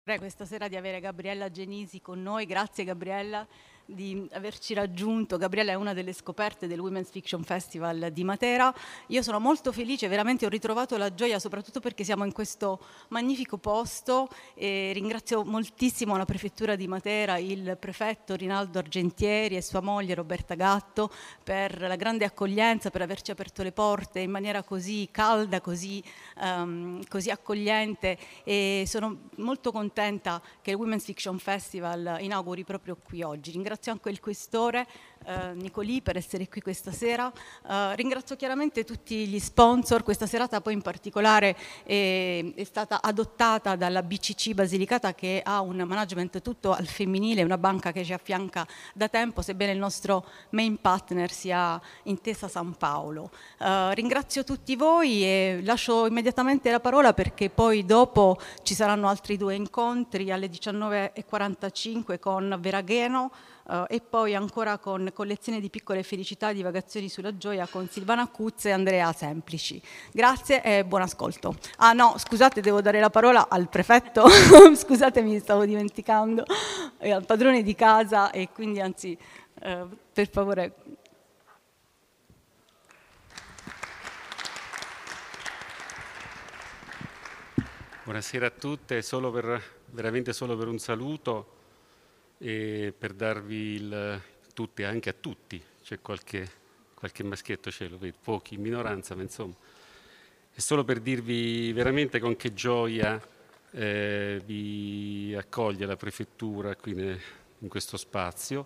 Questa sera di avere Gabriella Genisi con noi. Grazie Gabriella di averci raggiunto. Gabriella è una delle scoperte del Women's Fiction Festival di Matera. Io sono molto felice, veramente ho ritrovato la gioia soprattutto perché siamo in questo magnifico posto e ringrazio moltissimo la prefettura di Matera, il prefetto Rinaldo Argentieri e sua moglie Roberta Gatto per la grande accoglienza, per averci aperto le porte in maniera così calda, così accogliente, e sono molto contenta che il Women's Fiction Festival inauguri proprio qui oggi. Ringrazio anche il questore Nicolì per essere qui questa sera. Ringrazio chiaramente tutti gli sponsor. Questa serata poi in particolare è stata adottata dalla BCC Basilicata, che ha un management tutto al femminile, una banca che ci affianca da tempo, sebbene il nostro main partner sia Intesa San Paolo. Ringrazio tutti voi e lascio immediatamente la parola perché poi dopo ci saranno altri 2 incontri alle 19:45 con Veragheno e poi ancora con Collezione di piccole felicità, divagazioni sulla gioia con Silvana Cuzze e Andrea Semplici. Grazie e buon ascolto. Ah no, scusate, devo dare la parola al prefetto, scusatemi, stavo dimenticando, e al padrone di casa, e quindi anzi, per favore. Buonasera a tutte, veramente solo per un saluto e per darvi tutte, anche a tutti, c'è qualche maschietto, lo vedo, pochi in minoranza, ma insomma, è solo per dirvi veramente con che gioia vi accoglie la prefettura qui in questo spazio,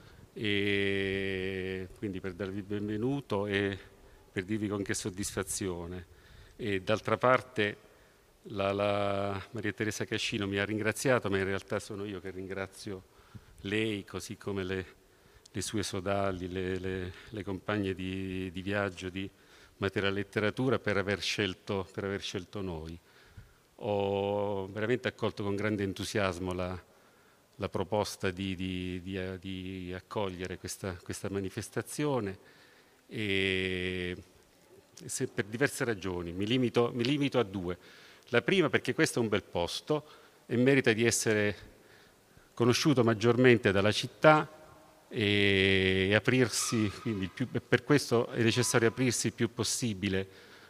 e quindi per darvi il benvenuto e per dirvi con che soddisfazione. E d'altra parte la Maria Teresa Cascino mi ha ringraziato, ma in realtà sono io che ringrazio lei, così come le sue sodali, le compagne di viaggio di Matera Letteratura, per aver scelto noi. Ho veramente accolto con grande entusiasmo la proposta di accogliere questa manifestazione, e per diverse ragioni. Mi limito a 2. La prima perché questo è un bel posto e merita di essere conosciuto maggiormente dalla città e aprirsi, quindi per questo è necessario aprirsi il più possibile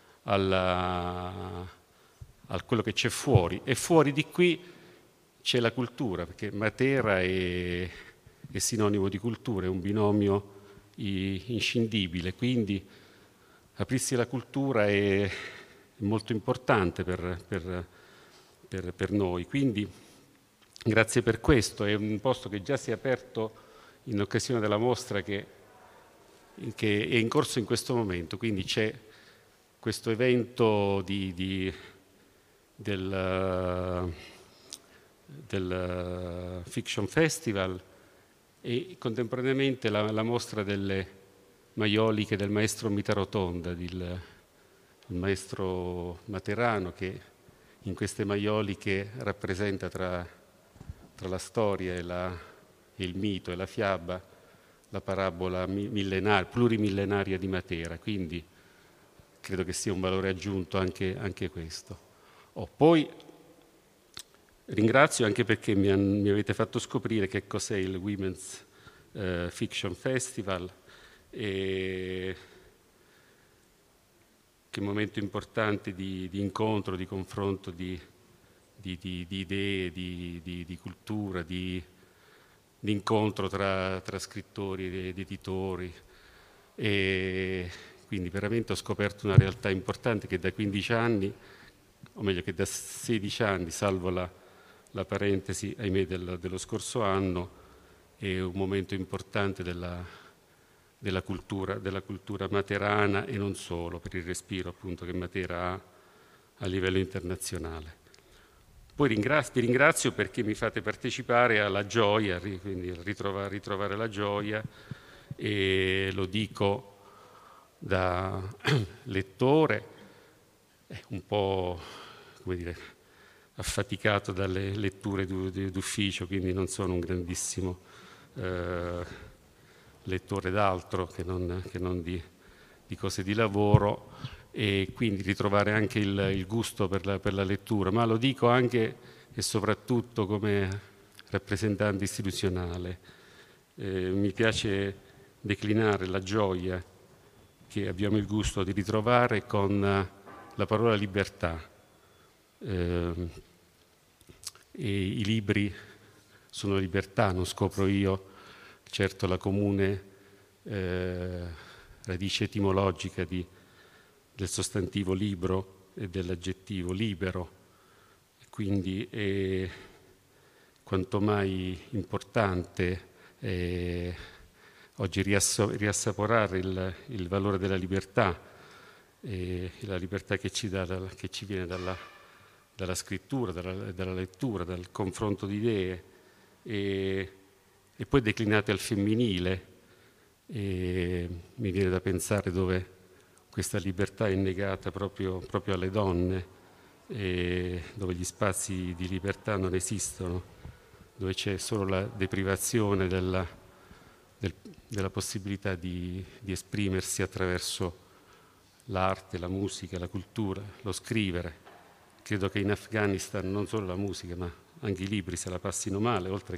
a quello che c'è fuori, e fuori di qui c'è la cultura, perché Matera è sinonimo di cultura, è un binomio inscindibile, quindi aprirsi alla cultura è molto importante per noi, quindi grazie per questo. È un posto che già si è aperto in occasione della mostra che è in corso in questo momento, quindi c'è questo evento del Fiction Festival e contemporaneamente la mostra delle maioliche del maestro Mitarotonda, il maestro materano, che in queste maioliche rappresenta tra la storia e il mito e la fiaba la parabola plurimillenaria di Matera, quindi credo che sia un valore aggiunto anche questo. Poi ringrazio anche perché mi avete fatto scoprire che cos'è il Women's Fiction Festival e che momento importante di incontro, di confronto, di idee, di cultura, di incontro tra scrittori ed editori, e quindi veramente ho scoperto una realtà importante che da 15 anni, o meglio che da 16 anni, salvo la parentesi, ahimè, dello scorso anno, è un momento importante della cultura materana e non solo, per il respiro appunto che Matera ha a livello internazionale. Poi vi ringrazio perché mi fate partecipare alla gioia, quindi ritrovare la gioia, e lo dico da lettore, un po', come dire, affaticato dalle letture d'ufficio, quindi non sono un grandissimo lettore d'altro che non di cose di lavoro, e quindi ritrovare anche il gusto per la lettura, ma lo dico anche e soprattutto come rappresentante istituzionale. Mi piace declinare la gioia che abbiamo il gusto di ritrovare con la parola libertà. E i libri sono libertà, non scopro io certo la comune radice etimologica del sostantivo libro e dell'aggettivo libero, e quindi è quanto mai importante oggi riassaporare il valore della libertà, e la libertà che ci viene dalla scrittura, dalla lettura, dal confronto di idee, e poi declinate al femminile. E mi viene da pensare dove questa libertà è negata proprio alle donne, e dove gli spazi di libertà non esistono, dove c'è solo la deprivazione della possibilità di esprimersi attraverso l'arte, la musica, la cultura, lo scrivere. Credo che in Afghanistan non solo la musica, ma anche i libri se la passino male, oltre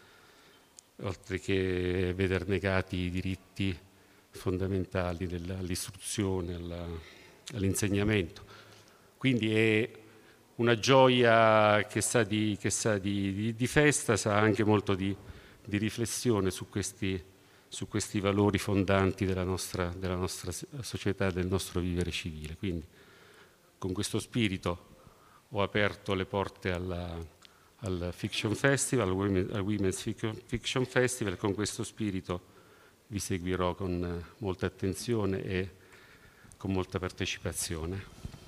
che veder negati i diritti fondamentali all'istruzione, all'insegnamento. Quindi è una gioia che sa di festa, sa anche molto di riflessione su questi valori fondanti della nostra società, del nostro vivere civile. Quindi con questo spirito ho aperto le porte al Fiction Festival, al Women's Fiction Festival. Con questo spirito vi seguirò con molta attenzione e con molta partecipazione.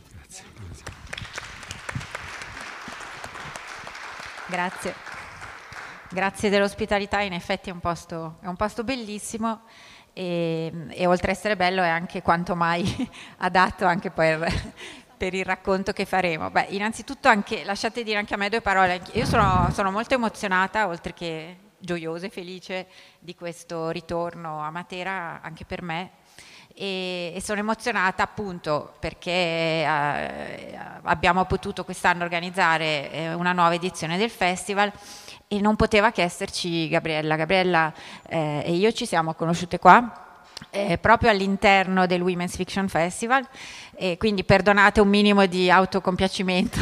Grazie dell'ospitalità. In effetti è un posto bellissimo, e oltre a essere bello è anche quanto mai adatto anche per il racconto che faremo. Beh, innanzitutto lasciate dire anche a me due parole. Io sono molto emozionata, oltre che gioiosa e felice di questo ritorno a Matera anche per me, e sono emozionata appunto perché abbiamo potuto quest'anno organizzare una nuova edizione del festival, e non poteva che esserci Gabriella e io ci siamo conosciute qua proprio all'interno del Women's Fiction Festival, e quindi perdonate un minimo di autocompiacimento.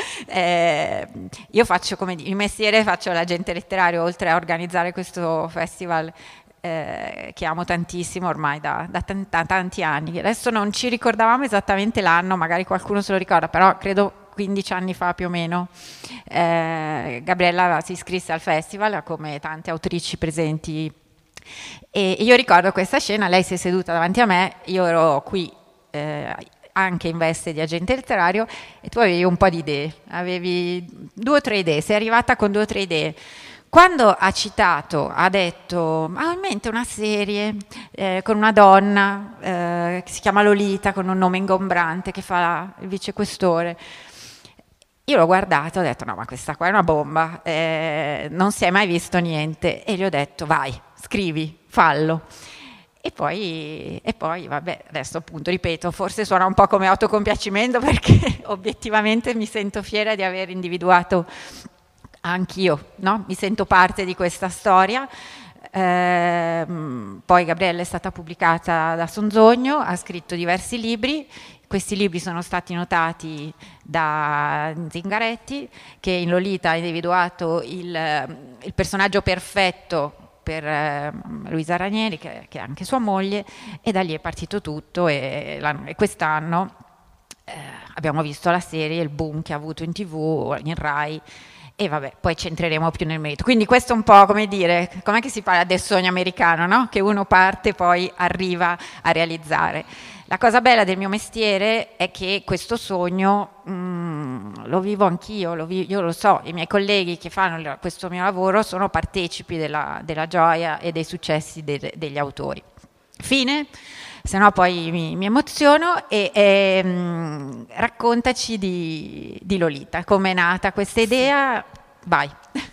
Io faccio il mestiere, faccio l'agente letterario, oltre a organizzare questo festival che amo tantissimo ormai da tanti anni. Adesso non ci ricordavamo esattamente l'anno, magari qualcuno se lo ricorda, però credo 15 anni fa più o meno Gabriella si iscrisse al festival come tante autrici presenti, e io ricordo questa scena. Lei si è seduta davanti a me, io ero qui anche in veste di agente letterario, e tu avevi un po' di idee, avevi 2 o 3 idee, sei arrivata con 2 o 3 idee. Quando ha detto, ho in mente una serie con una donna che si chiama Lolita, con un nome ingombrante, che fa il vicequestore. Io l'ho guardato e ho detto, no, ma questa qua è una bomba, non si è mai visto niente. E gli ho detto, vai, scrivi, fallo. E poi vabbè, adesso appunto ripeto, forse suona un po' come autocompiacimento, perché obiettivamente mi sento fiera di aver individuato anch'io, no? Mi sento parte di questa storia. Poi Gabriella è stata pubblicata da Sonzogno, ha scritto diversi libri. Questi libri sono stati notati da Zingaretti, che in Lolita ha individuato il personaggio perfetto per Luisa Ranieri, che è anche sua moglie, e da lì è partito tutto, e quest'anno abbiamo visto la serie, il boom che ha avuto in TV, in Rai, e vabbè, poi ci entreremo più nel merito. Quindi questo è un po', come dire, com'è che si parla del sogno americano, no? Che uno parte e poi arriva a realizzare. La cosa bella del mio mestiere è che questo sogno lo vivo anch'io, io lo so, i miei colleghi che fanno questo mio lavoro sono partecipi della gioia e dei successi degli autori. Fine, se no poi mi emoziono, e raccontaci di Lolita, come è nata questa idea, vai.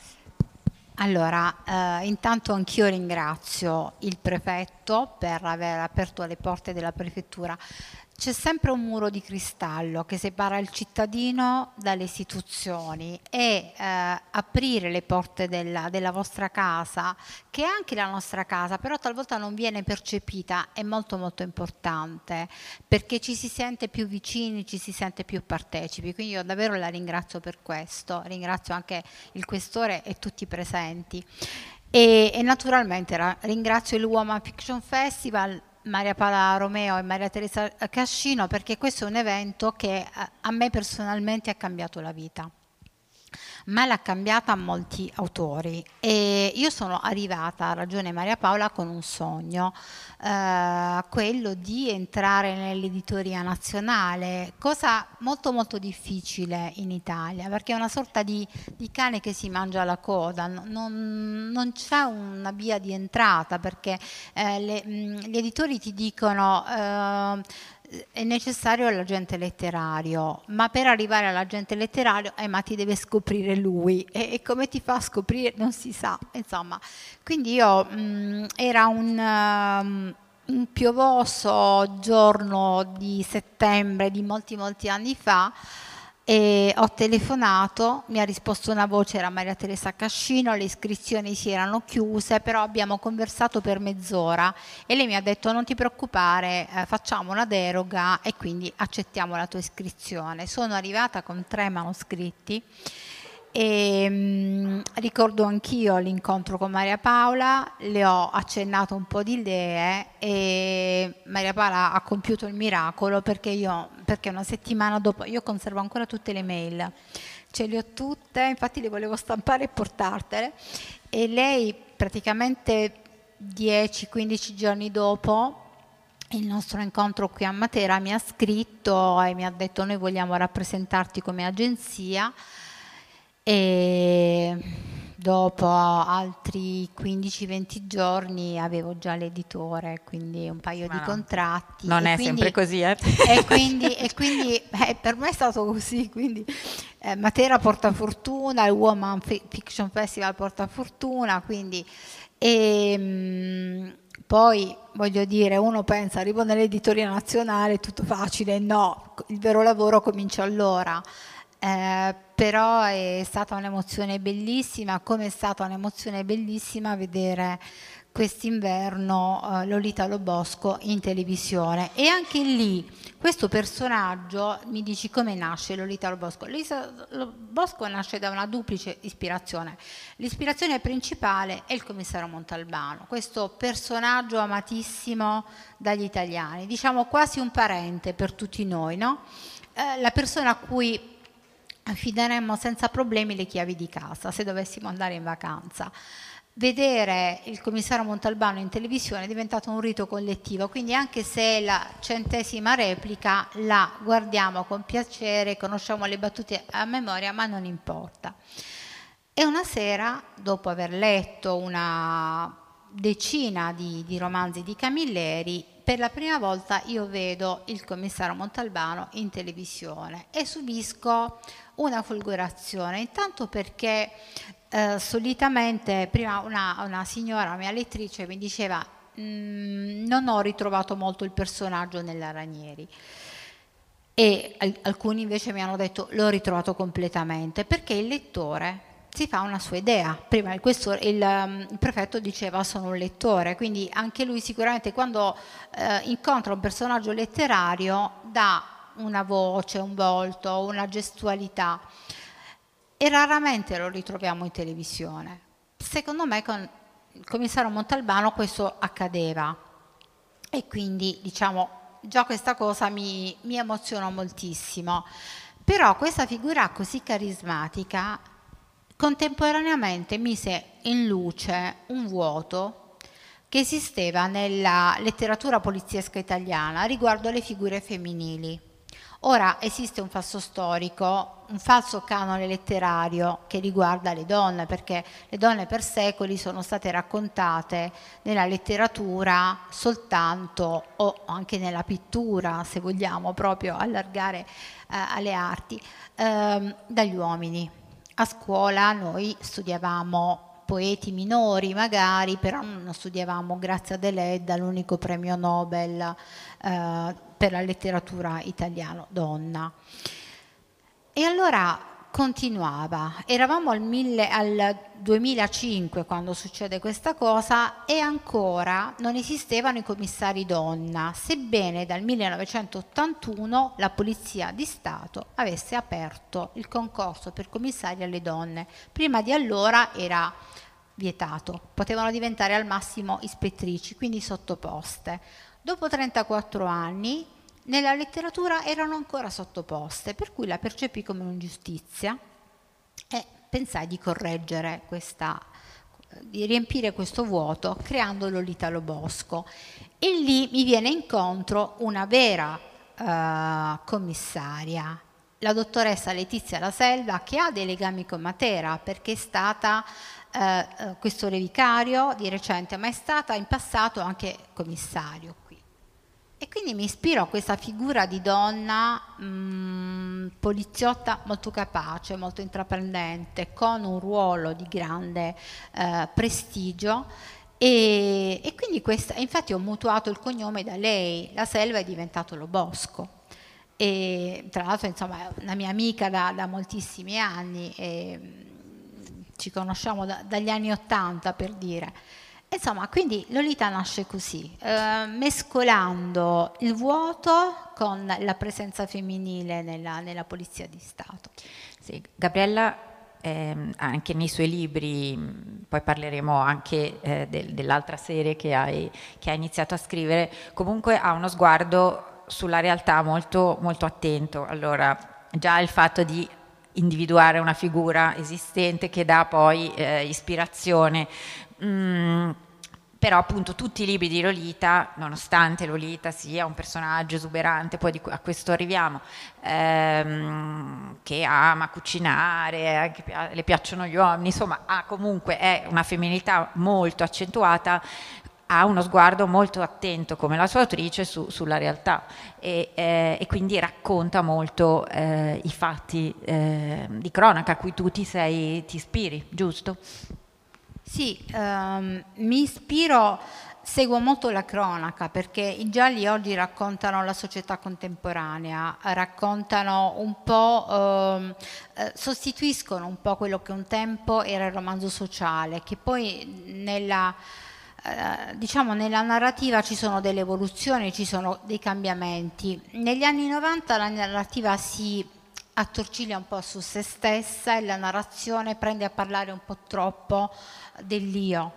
Allora, intanto anch'io ringrazio il prefetto per aver aperto le porte della prefettura. c'è sempre un muro di cristallo che separa il cittadino dalle istituzioni e aprire le porte della vostra casa, che è anche la nostra casa, però talvolta non viene percepita, è molto molto importante, perché ci si sente più vicini, ci si sente più partecipi. Quindi io davvero la ringrazio per questo, ringrazio anche il Questore e tutti i presenti. E naturalmente ringrazio il Woman Fiction Festival, Maria Paola Romeo e Maria Teresa Cascino, perché questo è un evento che a me personalmente ha cambiato la vita, ma l'ha cambiata a molti autori. E io sono arrivata, ha ragione Maria Paola, con un sogno, quello di entrare nell'editoria nazionale, cosa molto molto difficile in Italia, perché è una sorta di cane che si mangia la coda, non c'è una via di entrata, perché gli editori ti dicono è necessario l'agente letterario, ma per arrivare all'agente letterario ma ti deve scoprire lui, e come ti fa a scoprire non si sa, insomma. Quindi io era un piovoso giorno di settembre di molti anni fa, e ho telefonato, mi ha risposto una voce, era Maria Teresa Cascino, le iscrizioni si erano chiuse, però abbiamo conversato per mezz'ora e lei mi ha detto non ti preoccupare, facciamo una deroga e quindi accettiamo la tua iscrizione. Sono arrivata con 3 manoscritti e ricordo anch'io l'incontro con Maria Paola, le ho accennato un po' di idee e Maria Paola ha compiuto il miracolo, perché una settimana dopo, io conservo ancora tutte le mail, ce le ho tutte, infatti le volevo stampare e portartele, e lei praticamente 10-15 giorni dopo il nostro incontro qui a Matera mi ha scritto e mi ha detto noi vogliamo rappresentarti come agenzia. E dopo altri 15-20 giorni avevo già l'editore, quindi un paio di contratti. Non è sempre così, E quindi per me è stato così, quindi Matera porta fortuna, il Woman Fiction Festival porta fortuna, quindi poi voglio dire, uno pensa arrivo nell'editoria nazionale, tutto facile, no, il vero lavoro comincia allora. Però è stata un'emozione bellissima, come è stata un'emozione bellissima vedere quest'inverno Lolita Lo Bosco in televisione. E anche lì questo personaggio, mi dici come nasce Lolita Lo Bosco? Lolita Lo Bosco nasce da una duplice ispirazione. L'ispirazione principale è il commissario Montalbano, questo personaggio amatissimo dagli italiani, diciamo quasi un parente per tutti noi, no? La persona a cui affideremmo senza problemi le chiavi di casa se dovessimo andare in vacanza. Vedere il commissario Montalbano in televisione è diventato un rito collettivo, quindi anche se è la 100ª replica la guardiamo con piacere, conosciamo le battute a memoria, ma non importa. E una sera, dopo aver letto una decina di romanzi di Camilleri, per la prima volta io vedo il commissario Montalbano in televisione e subisco una folgorazione, intanto perché solitamente prima una signora, una mia lettrice mi diceva non ho ritrovato molto il personaggio nella Ranieri, e alcuni invece mi hanno detto l'ho ritrovato completamente, perché il lettore si fa una sua idea. Prima il prefetto diceva sono un lettore, quindi anche lui sicuramente quando incontra un personaggio letterario dà una voce, un volto, una gestualità, e raramente lo ritroviamo in televisione. Secondo me con il commissario Montalbano questo accadeva, e quindi diciamo già questa cosa mi emozionò moltissimo. Però questa figura così carismatica contemporaneamente mise in luce un vuoto che esisteva nella letteratura poliziesca italiana riguardo alle figure femminili. Ora esiste un falso storico, un falso canone letterario che riguarda le donne, perché le donne per secoli sono state raccontate nella letteratura soltanto, o anche nella pittura, se vogliamo proprio allargare alle arti, dagli uomini. A scuola noi studiavamo poeti minori magari, però non studiavamo Grazia Deledda, l'unico premio Nobel per la letteratura italiana donna. E allora continuava, eravamo al 2005 quando succede questa cosa e ancora non esistevano i commissari donna, sebbene dal 1981 la Polizia di Stato avesse aperto il concorso per commissari alle donne. Prima di allora era vietato, potevano diventare al massimo ispettrici, quindi sottoposte. Dopo 34 anni nella letteratura erano ancora sottoposte, per cui la percepì come un'ingiustizia e pensai di correggere di riempire questo vuoto creando Lolita Lobosco. E lì mi viene incontro una vera commissaria, la dottoressa Letizia La Selva, che ha dei legami con Matera perché è stata questore vicario di recente, ma è stata in passato anche commissario qui. E quindi mi ispiro a questa figura di donna poliziotta molto capace, molto intraprendente, con un ruolo di grande prestigio e quindi infatti ho mutuato il cognome da lei. La Selva è diventato Lobosco e tra l'altro insomma è una mia amica da moltissimi anni e ci conosciamo dagli anni '80 per dire. Insomma, quindi Lolita nasce così, mescolando il vuoto con la presenza femminile nella Polizia di Stato. Sì, Gabriella, anche nei suoi libri, poi parleremo anche dell'altra serie che hai iniziato a scrivere, comunque ha uno sguardo sulla realtà molto, molto attento. Allora, già il fatto di individuare una figura esistente che dà poi ispirazione. Però appunto tutti i libri di Lolita, nonostante Lolita sia un personaggio esuberante, poi a questo arriviamo, che ama cucinare, anche le piacciono gli uomini, insomma comunque è una femminilità molto accentuata, ha uno sguardo molto attento come la sua autrice sulla realtà e quindi racconta molto i fatti di cronaca a cui tu ti ispiri, giusto? Sì, mi ispiro, seguo molto la cronaca perché i gialli oggi raccontano la società contemporanea, raccontano un po', sostituiscono un po' quello che un tempo era il romanzo sociale, che poi nella narrativa ci sono delle evoluzioni, ci sono dei cambiamenti. Negli anni 90 la narrativa si attorciglia un po' su se stessa e la narrazione prende a parlare un po' troppo dell'io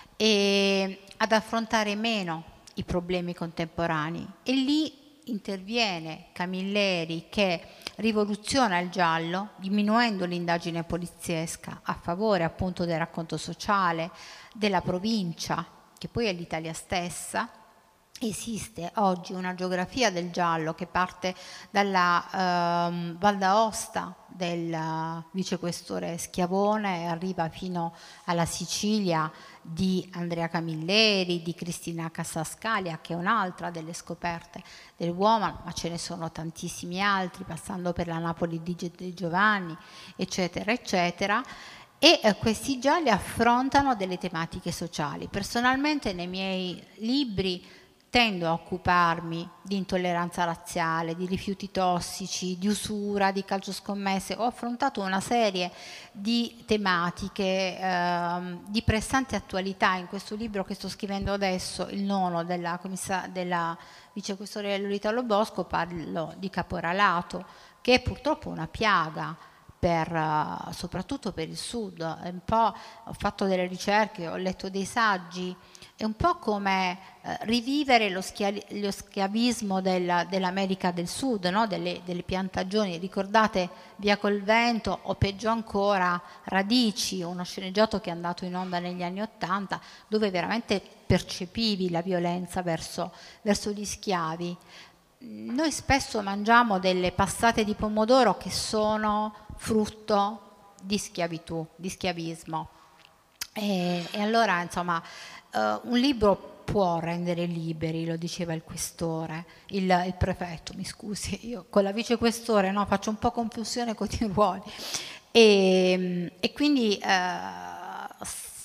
e ad affrontare meno i problemi contemporanei. E lì interviene Camilleri che rivoluziona il giallo, diminuendo l'indagine poliziesca a favore appunto del racconto sociale, della provincia, che poi è l'Italia stessa. Esiste oggi una geografia del giallo che parte dalla Val d'Aosta del vicequestore Schiavone e arriva fino alla Sicilia di Andrea Camilleri, di Cristina Cassascalia, che è un'altra delle scoperte dell'uomo, ma ce ne sono tantissimi altri, passando per la Napoli di Giovanni, eccetera, eccetera. E questi gialli affrontano delle tematiche sociali. Personalmente nei miei libri tendo a occuparmi di intolleranza razziale, di rifiuti tossici, di usura, di calcioscommesse. Ho affrontato una serie di tematiche di pressante attualità. In questo libro che sto scrivendo adesso, il nono della vicequestore Lolita Lobosco, parlo di caporalato, che è purtroppo una piaga soprattutto per il sud. Ho fatto delle ricerche, ho letto dei saggi. È un po' come rivivere lo schiavismo dell'America del Sud, no? delle piantagioni. Ricordate Via col vento o peggio ancora Radici, uno sceneggiato che è andato in onda negli anni '80, dove veramente percepivi la violenza verso gli schiavi. Noi spesso mangiamo delle passate di pomodoro che sono frutto di schiavitù, di schiavismo. E allora, insomma, un libro può rendere liberi, lo diceva il questore, il prefetto, mi scusi, io con la vicequestore faccio un po' confusione con i ruoli. E quindi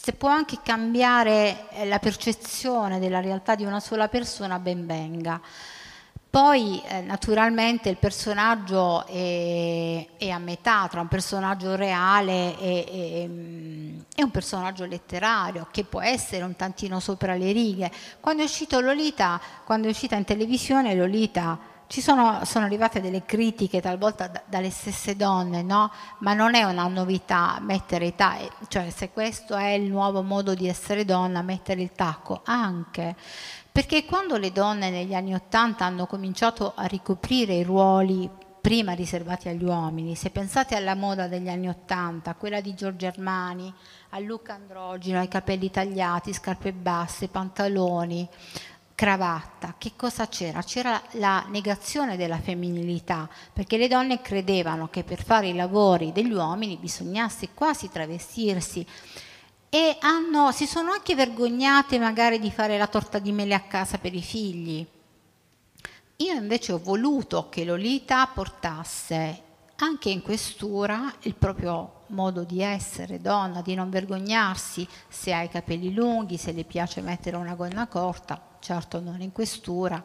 se può anche cambiare la percezione della realtà di una sola persona, ben venga. Poi naturalmente il personaggio è a metà tra un personaggio reale e un personaggio letterario, che può essere un tantino sopra le righe. Quando è uscito Lolita, quando è uscita in televisione Lolita, sono arrivate delle critiche talvolta dalle stesse donne, no? Ma non è una novità mettere i tacchi, cioè se questo è il nuovo modo di essere donna, mettere il tacco, anche perché quando le donne negli anni '80 hanno cominciato a ricoprire i ruoli prima riservati agli uomini, se pensate alla moda degli anni '80, quella di Giorgio Armani, al look androgino, ai capelli tagliati, scarpe basse, pantaloni, cravatta, che cosa c'era? C'era la negazione della femminilità, perché le donne credevano che per fare i lavori degli uomini bisognasse quasi travestirsi, e si sono anche vergognate magari di fare la torta di mele a casa per i figli. Io invece ho voluto che Lolita portasse anche in questura il proprio modo di essere donna, di non vergognarsi se ha i capelli lunghi, se le piace mettere una gonna corta, certo non in questura,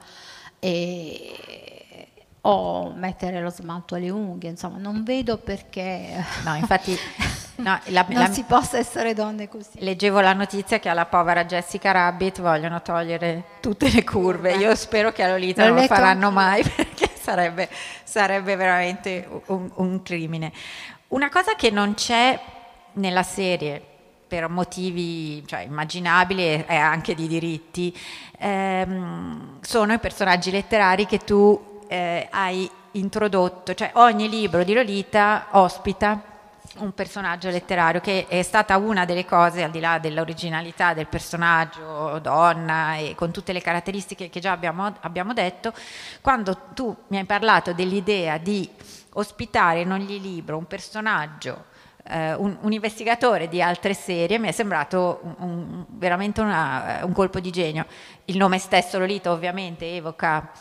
o mettere lo smalto alle unghie, insomma non vedo perché no, infatti non si possa essere donne così. Leggevo la notizia che alla povera Jessica Rabbit vogliono togliere tutte le curve. Io spero che a Lolita non lo faranno mai, perché sarebbe veramente un crimine. Una cosa che non c'è nella serie per motivi immaginabili e anche di diritti sono i personaggi letterari che tu hai introdotto, cioè ogni libro di Lolita ospita un personaggio letterario, che è stata una delle cose, al di là dell'originalità del personaggio donna e con tutte le caratteristiche che già abbiamo detto. Quando tu mi hai parlato dell'idea di ospitare in ogni libro un personaggio, un investigatore di altre serie, mi è sembrato veramente un colpo di genio. Il nome stesso Lolita ovviamente evoca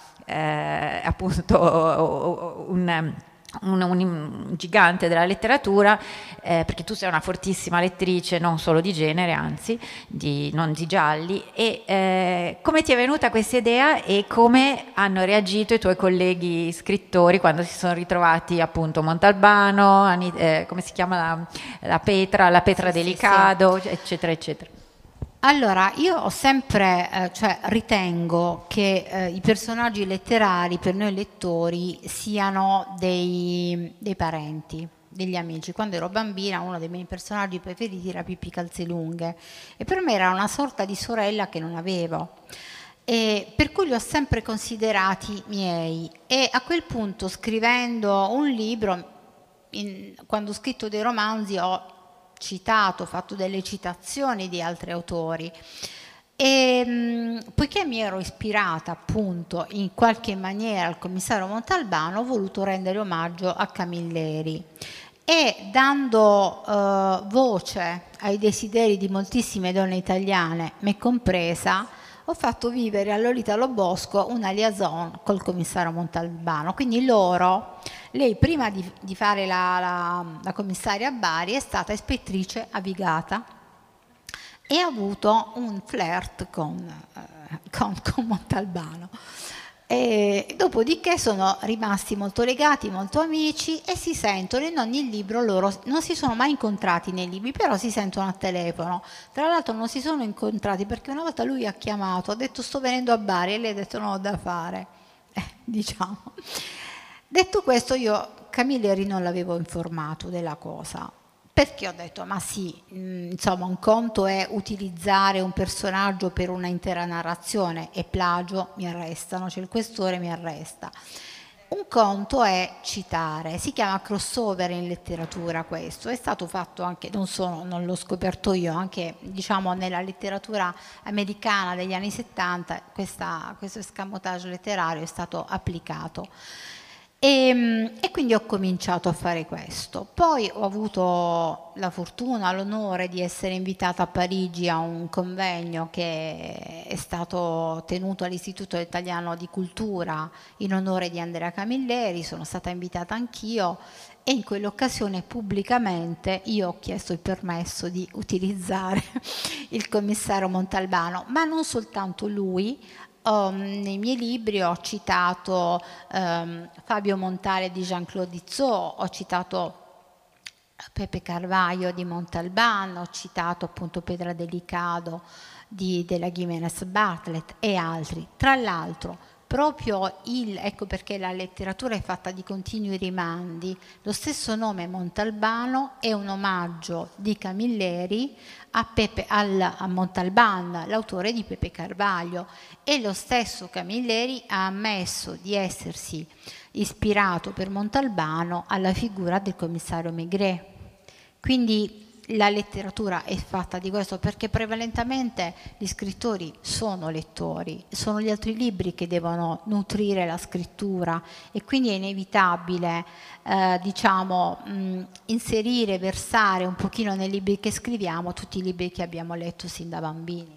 appunto un gigante della letteratura, perché tu sei una fortissima lettrice, non solo di genere, anzi non di gialli. E come ti è venuta questa idea e come hanno reagito i tuoi colleghi scrittori quando si sono ritrovati appunto Montalbano, come si chiama la Petra Delicado, sì. Eccetera eccetera? Allora, io ho sempre, ritengo che i personaggi letterari per noi lettori siano dei parenti, degli amici. Quando ero bambina uno dei miei personaggi preferiti era Pippi Calzelunghe e per me era una sorta di sorella che non avevo, e per cui li ho sempre considerati miei. E a quel punto, scrivendo un libro, quando ho scritto dei romanzi ho fatto delle citazioni di altri autori, e poiché mi ero ispirata appunto in qualche maniera al commissario Montalbano, ho voluto rendere omaggio a Camilleri e dando voce ai desideri di moltissime donne italiane, me compresa, ho fatto vivere a Lolita Lobosco una liaison col commissario Montalbano. Quindi lei prima di fare la commissaria a Bari è stata ispettrice a Vigata e ha avuto un flirt con Montalbano. E dopodiché sono rimasti molto legati, molto amici, e si sentono in ogni libro. Loro non si sono mai incontrati nei libri, però si sentono a telefono. Tra l'altro non si sono incontrati perché una volta lui ha chiamato, ha detto sto venendo a Bari, e lei ha detto non ho da fare, diciamo. Detto questo, io Camilleri non l'avevo informato della cosa, perché ho detto ma sì, insomma, un conto è utilizzare un personaggio per una intera narrazione e plagio, mi arrestano, cioè il questore mi arresta. Un conto è citare, si chiama crossover in letteratura. Questo è stato fatto anche, non l'ho scoperto io, anche diciamo nella letteratura americana degli anni '70 questo escamotage letterario è stato applicato. E quindi ho cominciato a fare questo. Poi ho avuto la fortuna, l'onore di essere invitata a Parigi a un convegno che è stato tenuto all'Istituto Italiano di Cultura in onore di Andrea Camilleri. Sono stata invitata anch'io e in quell'occasione pubblicamente io ho chiesto il permesso di utilizzare il commissario Montalbano, ma non soltanto lui. Nei miei libri ho citato Fabio Montale di Jean-Claude Izzot, ho citato Pepe Carvalho di Montalbán, ho citato appunto Pedra Delicado della Jiménez Bartlett e altri. Tra l'altro proprio ecco perché la letteratura è fatta di continui rimandi, lo stesso nome Montalbano è un omaggio di Camilleri a Montalbán, l'autore di Pepe Carvalho, e lo stesso Camilleri ha ammesso di essersi ispirato per Montalbano alla figura del commissario Maigret. Quindi la letteratura è fatta di questo, perché prevalentemente gli scrittori sono lettori, sono gli altri libri che devono nutrire la scrittura, e quindi è inevitabile inserire, versare un pochino nei libri che scriviamo tutti i libri che abbiamo letto sin da bambini.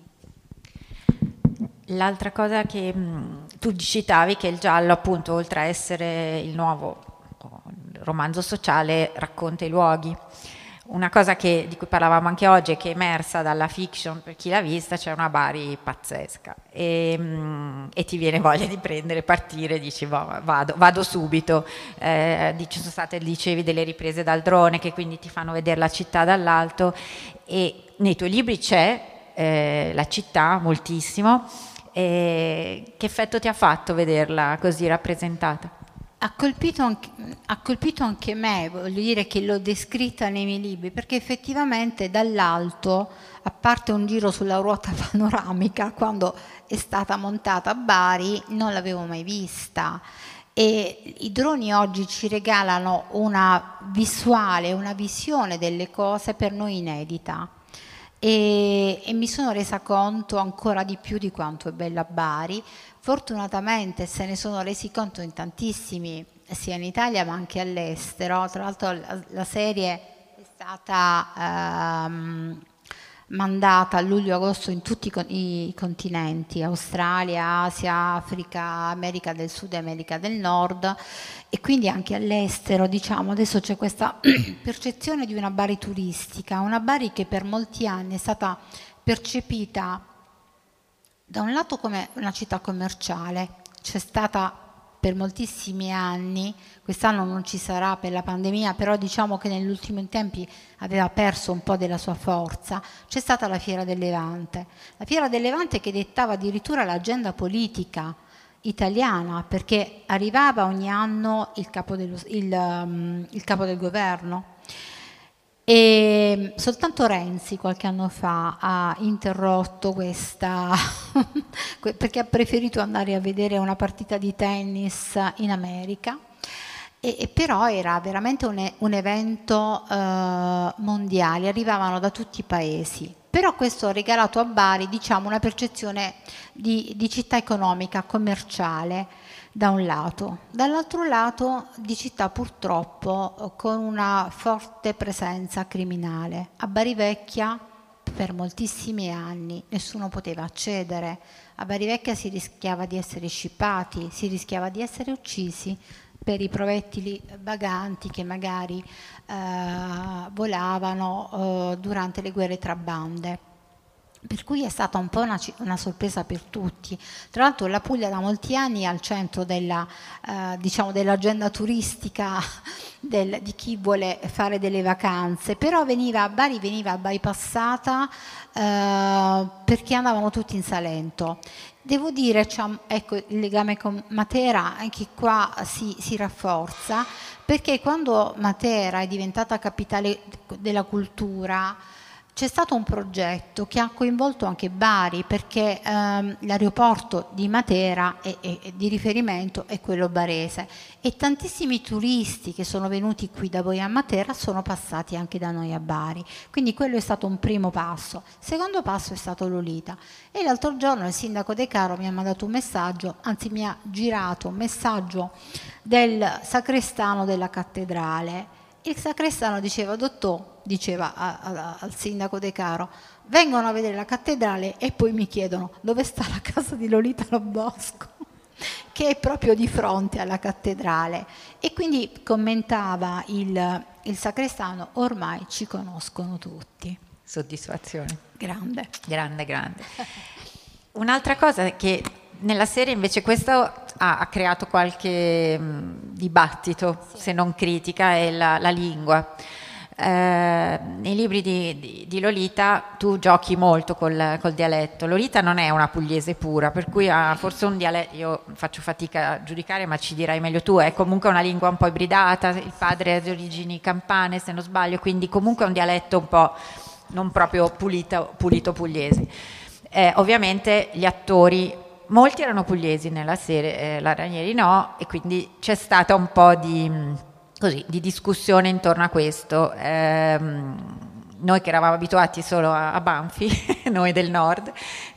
L'altra cosa che tu citavi, che il giallo, appunto, oltre a essere il nuovo romanzo sociale, racconta i luoghi. Una cosa di cui parlavamo anche oggi è che è emersa dalla fiction, per chi l'ha vista, c'è una Bari pazzesca e ti viene voglia di prendere, partire, dici vado subito. Ci sono state, dicevi, delle riprese dal drone che quindi ti fanno vedere la città dall'alto, e nei tuoi libri c'è la città moltissimo. Che effetto ti ha fatto vederla così rappresentata? Ha colpito anche me, voglio dire che l'ho descritta nei miei libri, perché effettivamente dall'alto, a parte un giro sulla ruota panoramica quando è stata montata a Bari, non l'avevo mai vista. E i droni oggi ci regalano una visuale, una visione delle cose per noi inedita. E mi sono resa conto ancora di più di quanto è bella Bari. Fortunatamente se ne sono resi conto in tantissimi, sia in Italia ma anche all'estero. Tra l'altro la serie è stata mandata a luglio-agosto in tutti i continenti, Australia, Asia, Africa, America del Sud e America del Nord, e quindi anche all'estero. Adesso c'è questa percezione di una Bari turistica, una Bari che per molti anni è stata percepita da un lato come una città commerciale. C'è stata per moltissimi anni, quest'anno non ci sarà per la pandemia, però diciamo che negli ultimi tempi aveva perso un po' della sua forza. C'è stata la Fiera del Levante, che dettava addirittura l'agenda politica italiana, perché arrivava ogni anno il capo del governo. E soltanto Renzi qualche anno fa ha interrotto questa perché ha preferito andare a vedere una partita di tennis in America, e però era veramente un evento mondiale, arrivavano da tutti i paesi. Però questo ha regalato a Bari, una percezione di città economica, commerciale, da un lato. Dall'altro lato di città purtroppo con una forte presenza criminale. A Bari Vecchia per moltissimi anni nessuno poteva accedere. A Bari Vecchia si rischiava di essere scippati, si rischiava di essere uccisi per i proiettili baganti che magari volavano durante le guerre tra bande. Per cui è stata un po' una sorpresa per tutti. Tra l'altro la Puglia da molti anni è al centro dell'agenda turistica di chi vuole fare delle vacanze, però Bari veniva bypassata perché andavano tutti in Salento. Devo dire, ecco, il legame con Matera anche qua si rafforza, perché quando Matera è diventata capitale della cultura c'è stato un progetto che ha coinvolto anche Bari, perché l'aeroporto di Matera di riferimento è quello barese, e tantissimi turisti che sono venuti qui da voi a Matera sono passati anche da noi a Bari, quindi quello è stato un primo passo. Il secondo passo è stato Lolita, e l'altro giorno il sindaco De Caro mi ha mandato un messaggio, anzi mi ha girato un messaggio del sacrestano della cattedrale. Il sacrestano diceva al sindaco De Caro: vengono a vedere la cattedrale e poi mi chiedono dove sta la casa di Lolita Lobosco, che è proprio di fronte alla cattedrale. E quindi commentava il sacrestano: ormai ci conoscono tutti. Soddisfazione. Grande. Grande. Un'altra cosa che nella serie invece questo ha creato qualche dibattito, se non critica, è la lingua. Nei libri di Lolita tu giochi molto col dialetto. Lolita non è una pugliese pura, per cui ha forse un dialetto, io faccio fatica a giudicare, ma ci dirai meglio tu, è comunque una lingua un po' ibridata, il padre è di origini campane se non sbaglio, quindi comunque è un dialetto un po' non proprio pulito pugliese. Ovviamente gli attori, molti erano pugliesi nella serie, la Ranieri no, e quindi c'è stata un po' di discussione intorno a questo. Noi che eravamo abituati solo a Banfi, noi del nord,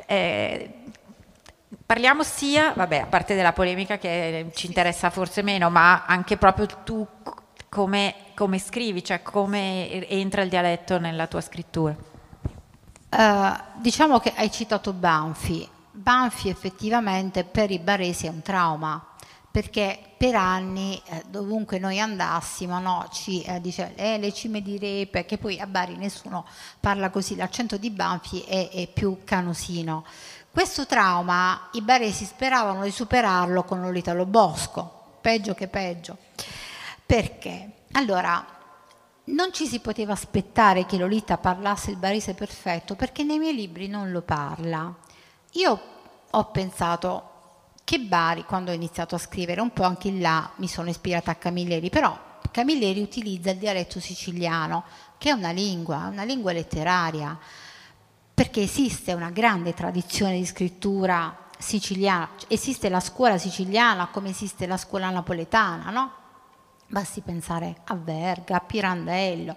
parliamo sia, vabbè, a parte della polemica che ci interessa forse meno, ma anche proprio tu come scrivi, cioè come entra il dialetto nella tua scrittura. Diciamo che hai citato Banfi. Banfi effettivamente per i baresi è un trauma, perché per anni dovunque noi andassimo, no, ci dice le cime di Repe, che poi a Bari nessuno parla così, l'accento di Banfi è più canusino. Questo trauma i baresi speravano di superarlo con Lolita Lobosco, peggio che peggio. Perché? Allora, non ci si poteva aspettare che Lolita parlasse il barese perfetto, perché nei miei libri non lo parla. Io ho pensato che Bari, quando ho iniziato a scrivere, un po' anche là mi sono ispirata a Camilleri, però Camilleri utilizza il dialetto siciliano, che è una lingua letteraria, perché esiste una grande tradizione di scrittura siciliana, esiste la scuola siciliana come esiste la scuola napoletana, no? Basti pensare a Verga, a Pirandello.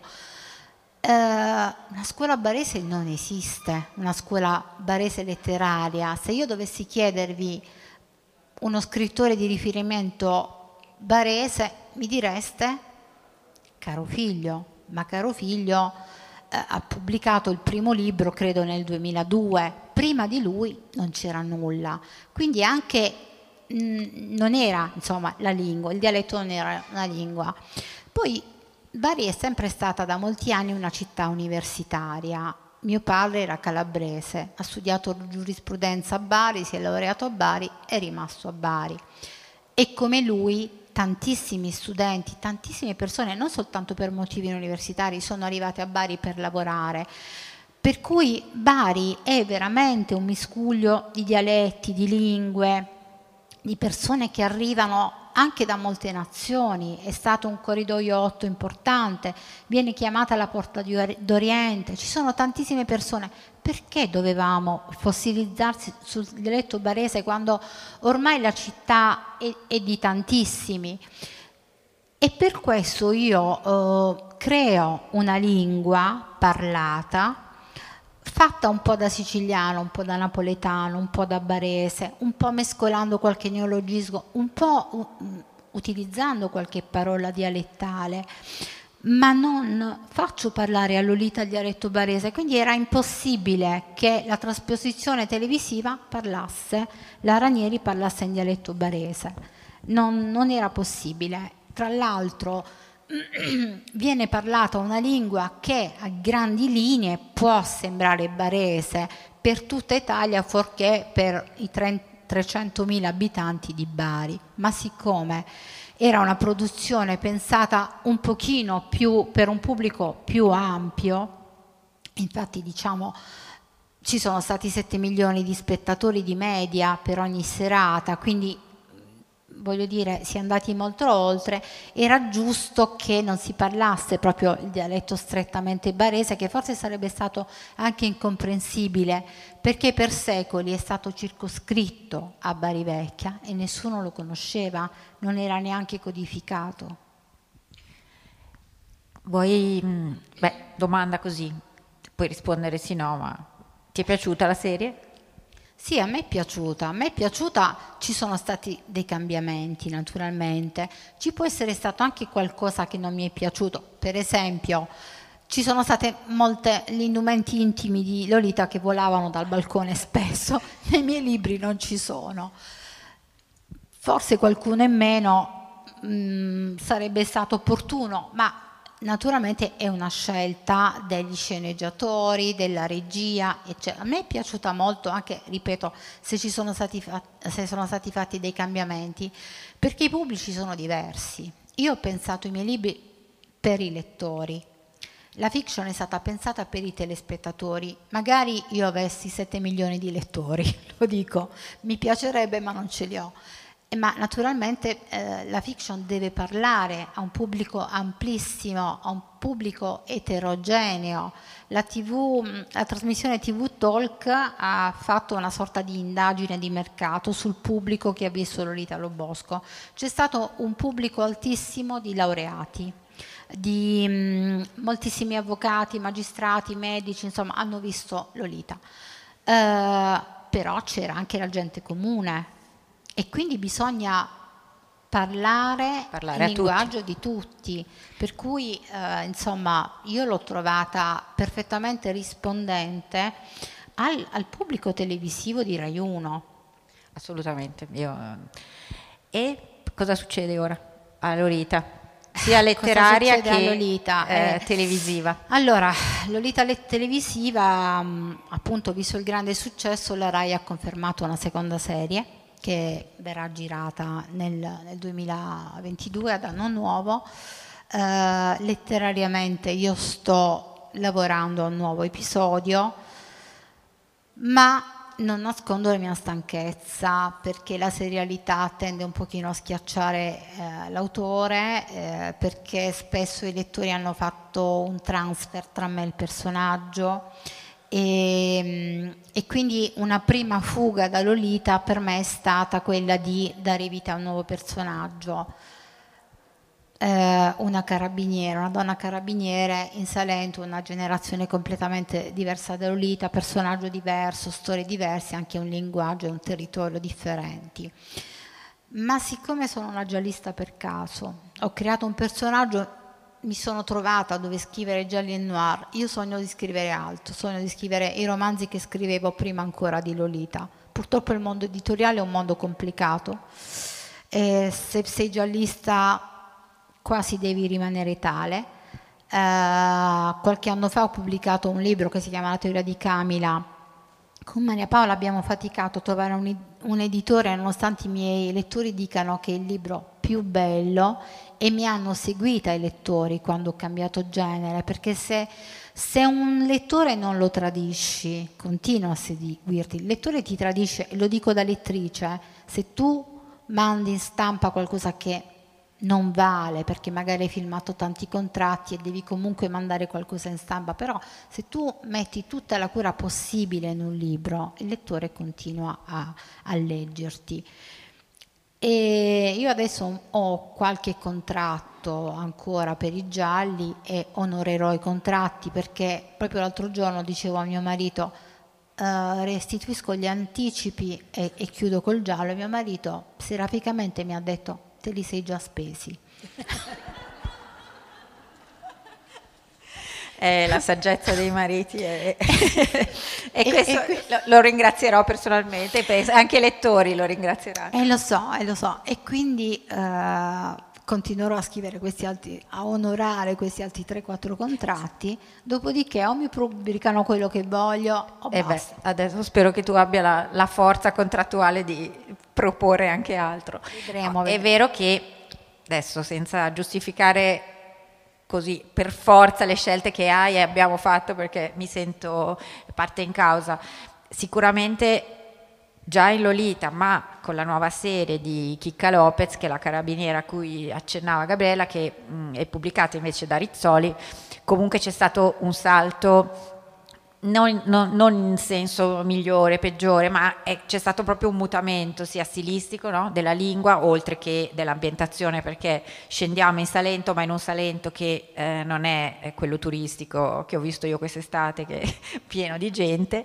Una scuola barese non esiste, una scuola barese letteraria. Se io dovessi chiedervi uno scrittore di riferimento barese, mi direste Caro Figlio, ma Caro Figlio ha pubblicato il primo libro credo nel 2002, prima di lui non c'era nulla, quindi anche non era, insomma, la lingua, il dialetto non era una lingua. Poi Bari è sempre stata da molti anni una città universitaria. Mio padre era calabrese, ha studiato giurisprudenza a Bari, si è laureato a Bari, è rimasto a Bari. E come lui tantissimi studenti, tantissime persone, non soltanto per motivi universitari, sono arrivate a Bari per lavorare. Per cui Bari è veramente un miscuglio di dialetti, di lingue, di persone che arrivano anche da molte nazioni. È stato un corridoio 8 importante, viene chiamata la Porta d'Oriente, ci sono tantissime persone. Perché dovevamo fossilizzarsi sul dialetto barese quando ormai la città è di tantissimi? E per questo io creo una lingua parlata fatta un po' da siciliano, un po' da napoletano, un po' da barese, un po' mescolando qualche neologismo, un po' utilizzando qualche parola dialettale, ma non faccio parlare a Lolita il dialetto barese, quindi era impossibile che la trasposizione televisiva parlasse, la Ranieri parlasse in dialetto barese, non era possibile. Tra l'altro viene parlata una lingua che a grandi linee può sembrare barese per tutta Italia, fuorché per i 300.000 abitanti di Bari, ma siccome era una produzione pensata un pochino più per un pubblico più ampio, infatti diciamo ci sono stati 7 milioni di spettatori di media per ogni serata, quindi voglio dire, si è andati molto oltre, era giusto che non si parlasse proprio il dialetto strettamente barese, che forse sarebbe stato anche incomprensibile, perché per secoli è stato circoscritto a Bari Vecchia e nessuno lo conosceva, non era neanche codificato. Domanda così, puoi rispondere sì no, ma ti è piaciuta la serie? Sì, a me è piaciuta, ci sono stati dei cambiamenti naturalmente, ci può essere stato anche qualcosa che non mi è piaciuto, per esempio ci sono state gli indumenti intimi di Lolita che volavano dal balcone spesso, nei miei libri non ci sono, forse qualcuno in meno sarebbe stato opportuno, ma naturalmente è una scelta degli sceneggiatori, della regia, eccetera. A me è piaciuta molto, anche, ripeto, se sono stati fatti dei cambiamenti, perché i pubblici sono diversi. Io ho pensato i miei libri per i lettori, la fiction è stata pensata per i telespettatori, magari io avessi 7 milioni di lettori, lo dico, mi piacerebbe ma non ce li ho. Ma naturalmente la fiction deve parlare a un pubblico amplissimo, a un pubblico eterogeneo. La trasmissione TV Talk ha fatto una sorta di indagine di mercato sul pubblico che ha visto Lolita Lobosco. C'è stato un pubblico altissimo di laureati, di moltissimi avvocati, magistrati, medici, insomma, hanno visto Lolita. Però c'era anche la gente comune. E quindi bisogna parlare il linguaggio di tutti, per cui insomma io l'ho trovata perfettamente rispondente al pubblico televisivo di Rai 1. Assolutamente. E cosa succede ora a Lolita? Sia letteraria che Lolita? Televisiva. Allora, Lolita televisiva, appunto, visto il grande successo, la Rai ha confermato una seconda serie che verrà girata nel 2022 ad anno nuovo. Letterariamente io sto lavorando a un nuovo episodio, ma non nascondo la mia stanchezza, perché la serialità tende un pochino a schiacciare l'autore, perché spesso i lettori hanno fatto un transfer tra me e il personaggio. E quindi una prima fuga da Lolita per me è stata quella di dare vita a un nuovo personaggio, una carabiniera, una donna carabiniere in Salento, una generazione completamente diversa da Lolita, personaggio diverso, storie diverse, anche un linguaggio e un territorio differenti. Ma siccome sono una giallista per caso, ho creato un personaggio, mi sono trovata dove scrivere gialli e noir. Io sogno di scrivere altro, sogno di scrivere i romanzi che scrivevo prima ancora di Lolita. Purtroppo il mondo editoriale è un mondo complicato, se sei giallista quasi devi rimanere tale. Qualche anno fa ho pubblicato un libro che si chiama La teoria di Camila. Con Maria Paola abbiamo faticato a trovare un editore, nonostante i miei lettori dicano che è il libro più bello, e mi hanno seguita i lettori quando ho cambiato genere, perché se un lettore non lo tradisci, continua a seguirti. Il lettore ti tradisce, e lo dico da lettrice, se tu mandi in stampa qualcosa che non vale, perché magari hai firmato tanti contratti e devi comunque mandare qualcosa in stampa, però se tu metti tutta la cura possibile in un libro, il lettore continua a leggerti. E io adesso ho qualche contratto ancora per i gialli e onorerò i contratti, perché proprio l'altro giorno dicevo a mio marito restituisco gli anticipi e chiudo col giallo, e mio marito seraficamente mi ha detto: te li sei già spesi. La saggezza dei mariti e questo lo ringrazierò personalmente, anche i lettori lo ringrazieranno. Lo so, e quindi continuerò a scrivere a onorare questi altri 3-4 contratti, dopodiché o mi pubblicano quello che voglio o basta. Adesso spero che tu abbia la forza contrattuale di proporre anche altro. Vedremo. È vero che adesso, senza giustificare così per forza le scelte che hai e abbiamo fatto, perché mi sento parte in causa, sicuramente già in Lolita, ma con la nuova serie di Chicca Lopez, che è la carabiniera a cui accennava Gabriella, che è pubblicata invece da Rizzoli, comunque c'è stato un salto non in senso migliore, peggiore, ma c'è stato proprio un mutamento sia stilistico, no? Della lingua, oltre che dell'ambientazione, perché scendiamo in Salento, ma in un Salento che non è quello turistico che ho visto io quest'estate, che è pieno di gente,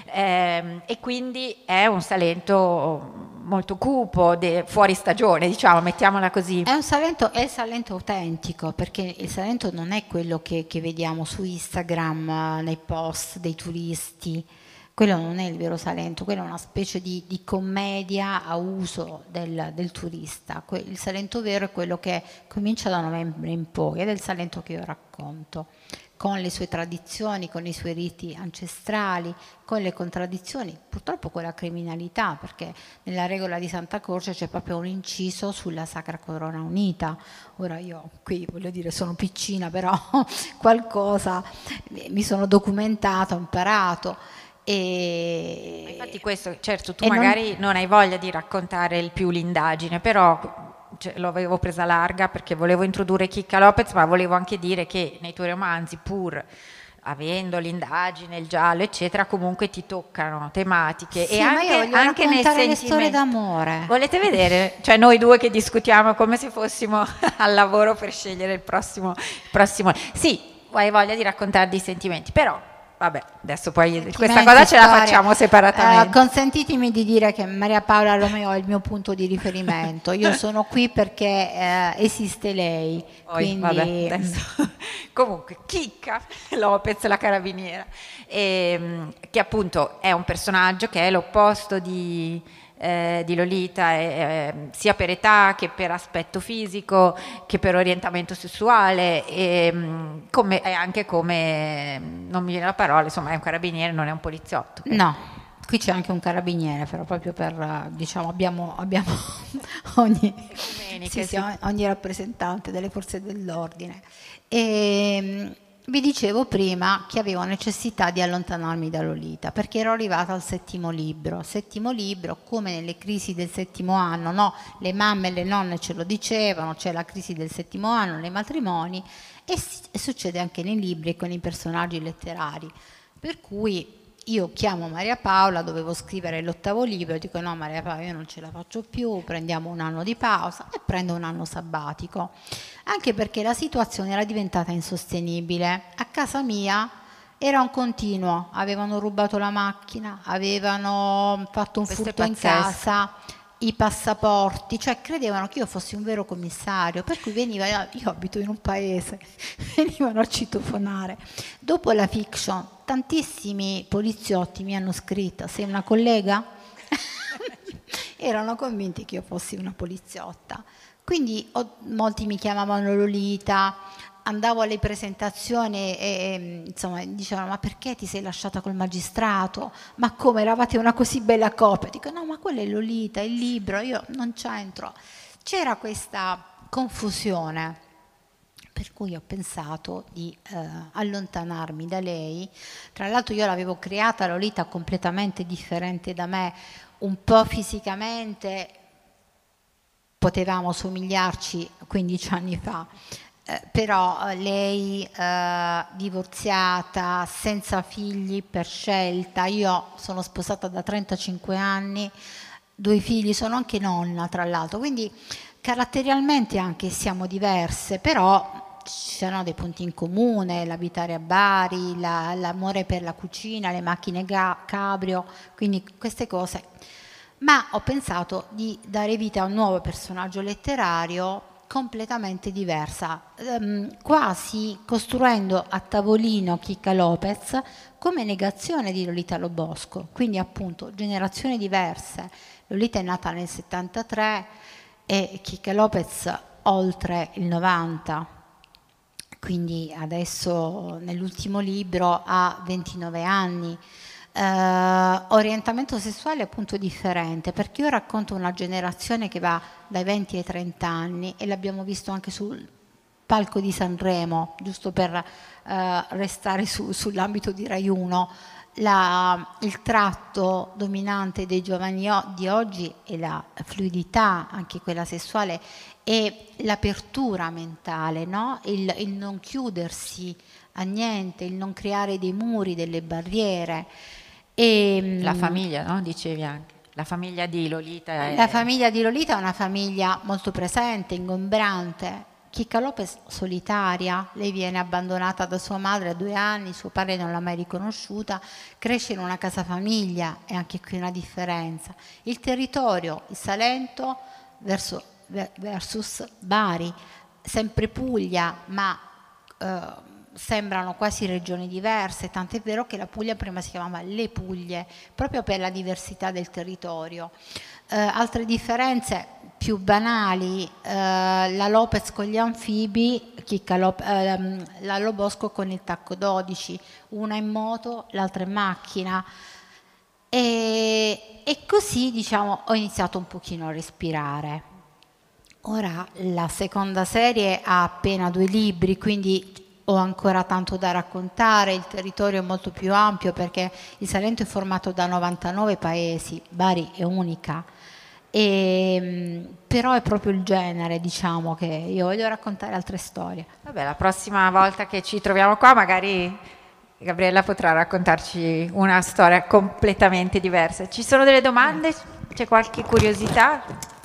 e quindi è un Salento molto cupo, fuori stagione, diciamo, mettiamola così. È il Salento autentico, perché il Salento non è quello che vediamo su Instagram, nei post dei turisti. Quello non è il vero Salento, quello è una specie di commedia a uso del turista. Il Salento vero è quello che comincia da novembre in poi, ed è il Salento che io racconto, con le sue tradizioni, con i suoi riti ancestrali, con le contraddizioni, purtroppo con la criminalità, perché nella regola di Santa Croce c'è proprio un inciso sulla Sacra Corona Unita. Ora io qui, voglio dire, sono piccina, però qualcosa mi sono documentata, ho imparato. Infatti questo, certo, tu magari non hai voglia di raccontare più l'indagine, però lo avevo presa larga perché volevo introdurre Chicca Lopez, ma volevo anche dire che nei tuoi romanzi, pur avendo l'indagine, il giallo, eccetera, comunque ti toccano tematiche, sì, e anche nel sentimento. Le storie d'amore. Volete vedere? Cioè noi due che discutiamo come se fossimo al lavoro per scegliere il prossimo. Sì, hai voglia di raccontare dei sentimenti, però vabbè, adesso poi questa cosa ce la facciamo separatamente. Consentitemi di dire che Maria Paola Romeo è il mio punto di riferimento. Io sono qui perché esiste lei. Quindi... Vabbè, adesso. Comunque, Chicca Lopez, la carabiniera, che appunto è un personaggio che è l'opposto di Lolita, sia per età che per aspetto fisico che per orientamento sessuale, e anche come, non mi viene la parola, insomma è un carabiniere, non è un poliziotto. No, qui c'è anche un carabiniere, però proprio per, diciamo, abbiamo ogni rappresentante delle forze dell'ordine. E vi dicevo prima che avevo necessità di allontanarmi da Lolita, perché ero arrivata al settimo libro, come nelle crisi del settimo anno, no? Le mamme e le nonne ce lo dicevano, c'è la crisi del settimo anno nei matrimoni, e succede anche nei libri e con i personaggi letterari, per cui io chiamo Maria Paola, dovevo scrivere l'8º libro, dico no Maria Paola, io non ce la faccio più, prendiamo un anno di pausa, e prendo un anno sabbatico, anche perché la situazione era diventata insostenibile. A casa mia era un continuo, avevano rubato la macchina, avevano fatto un furto in casa, i passaporti, cioè credevano che io fossi un vero commissario, per cui io abito in un paese, venivano a citofonare. Dopo la fiction tantissimi poliziotti mi hanno scritto: sei una collega? Erano convinti che io fossi una poliziotta, quindi molti mi chiamavano Lolita. Andavo alle presentazioni e insomma dicevano: ma perché ti sei lasciata col magistrato? Ma come, eravate una così bella coppia? Dico no, ma quella è Lolita, il libro, io non c'entro. C'era questa confusione, per cui ho pensato di allontanarmi da lei. Tra l'altro io l'avevo creata Lolita completamente differente da me, un po' fisicamente potevamo somigliarci 15 anni fa. Però lei divorziata, senza figli per scelta, io sono sposata da 35 anni, 2 figli, sono anche nonna tra l'altro, quindi caratterialmente anche siamo diverse, però ci sono dei punti in comune, l'abitare a Bari, l'amore per la cucina, le macchine cabrio, quindi queste cose. Ma ho pensato di dare vita a un nuovo personaggio letterario completamente diversa, quasi costruendo a tavolino Chicca Lopez come negazione di Lolita Lobosco, quindi appunto generazioni diverse. Lolita è nata nel 73 e Chicca Lopez oltre il 90, quindi adesso nell'ultimo libro ha 29 anni. Orientamento sessuale appunto differente, perché io racconto una generazione che va dai 20 ai 30 anni, e l'abbiamo visto anche sul palco di Sanremo, giusto per restare sull'ambito di Rai 1. il tratto dominante dei giovani di oggi è la fluidità, anche quella sessuale, e l'apertura mentale, no? Il non chiudersi a niente, il non creare dei muri, delle barriere. E, la famiglia, no? Dicevi anche. La famiglia di Lolita. La famiglia di Lolita è una famiglia molto presente, ingombrante. Chicca Lopez solitaria, lei viene abbandonata da sua madre a 2 anni, suo padre non l'ha mai riconosciuta, cresce in una casa famiglia, e anche qui una differenza. Il territorio, il Salento versus Bari, sempre Puglia, ma sembrano quasi regioni diverse, tant'è vero che la Puglia prima si chiamava Le Puglie, proprio per la diversità del territorio. Altre differenze più banali, la Lopez con gli anfibi, la Lobosco con il tacco 12, una in moto, l'altra in macchina, e così, diciamo, ho iniziato un pochino a respirare. Ora la seconda serie ha appena 2 libri, quindi ho ancora tanto da raccontare, il territorio è molto più ampio perché il Salento è formato da 99 paesi, Bari è unica, però è proprio il genere, diciamo, che io voglio raccontare altre storie. Vabbè, la prossima volta che ci troviamo qua magari Gabriella potrà raccontarci una storia completamente diversa. Ci sono delle domande? C'è qualche curiosità?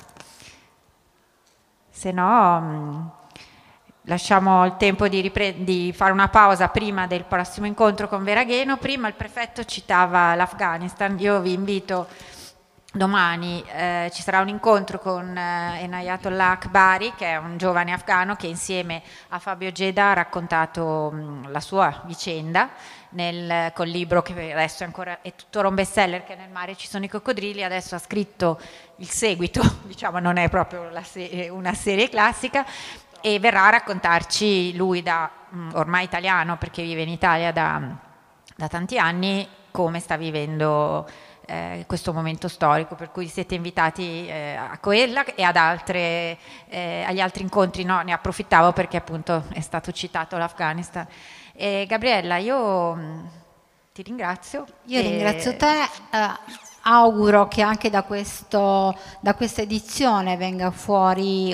Se no lasciamo il tempo di fare una pausa prima del prossimo incontro con Veragheno. Prima il prefetto citava l'Afghanistan, io vi invito domani, ci sarà un incontro con Enayatollah Akbari, che è un giovane afghano che insieme a Fabio Geda ha raccontato la sua vicenda col libro che adesso è tuttora un bestseller, che è Nel mare ci sono i coccodrilli. Adesso ha scritto il seguito, diciamo non è proprio una serie classica, e verrà a raccontarci lui da ormai italiano, perché vive in Italia da tanti anni, come sta vivendo questo momento storico, per cui siete invitati a quella e agli altri incontri. No, ne approfittavo perché appunto è stato citato l'Afghanistan. Gabriella, io ti ringrazio. Io ringrazio te, auguro che anche da questa edizione venga fuori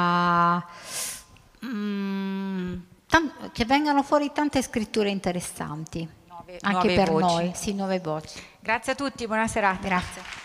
che vengano fuori tante scritture interessanti, anche per noi, sì, nuove voci. Grazie a tutti, buona serata. Grazie.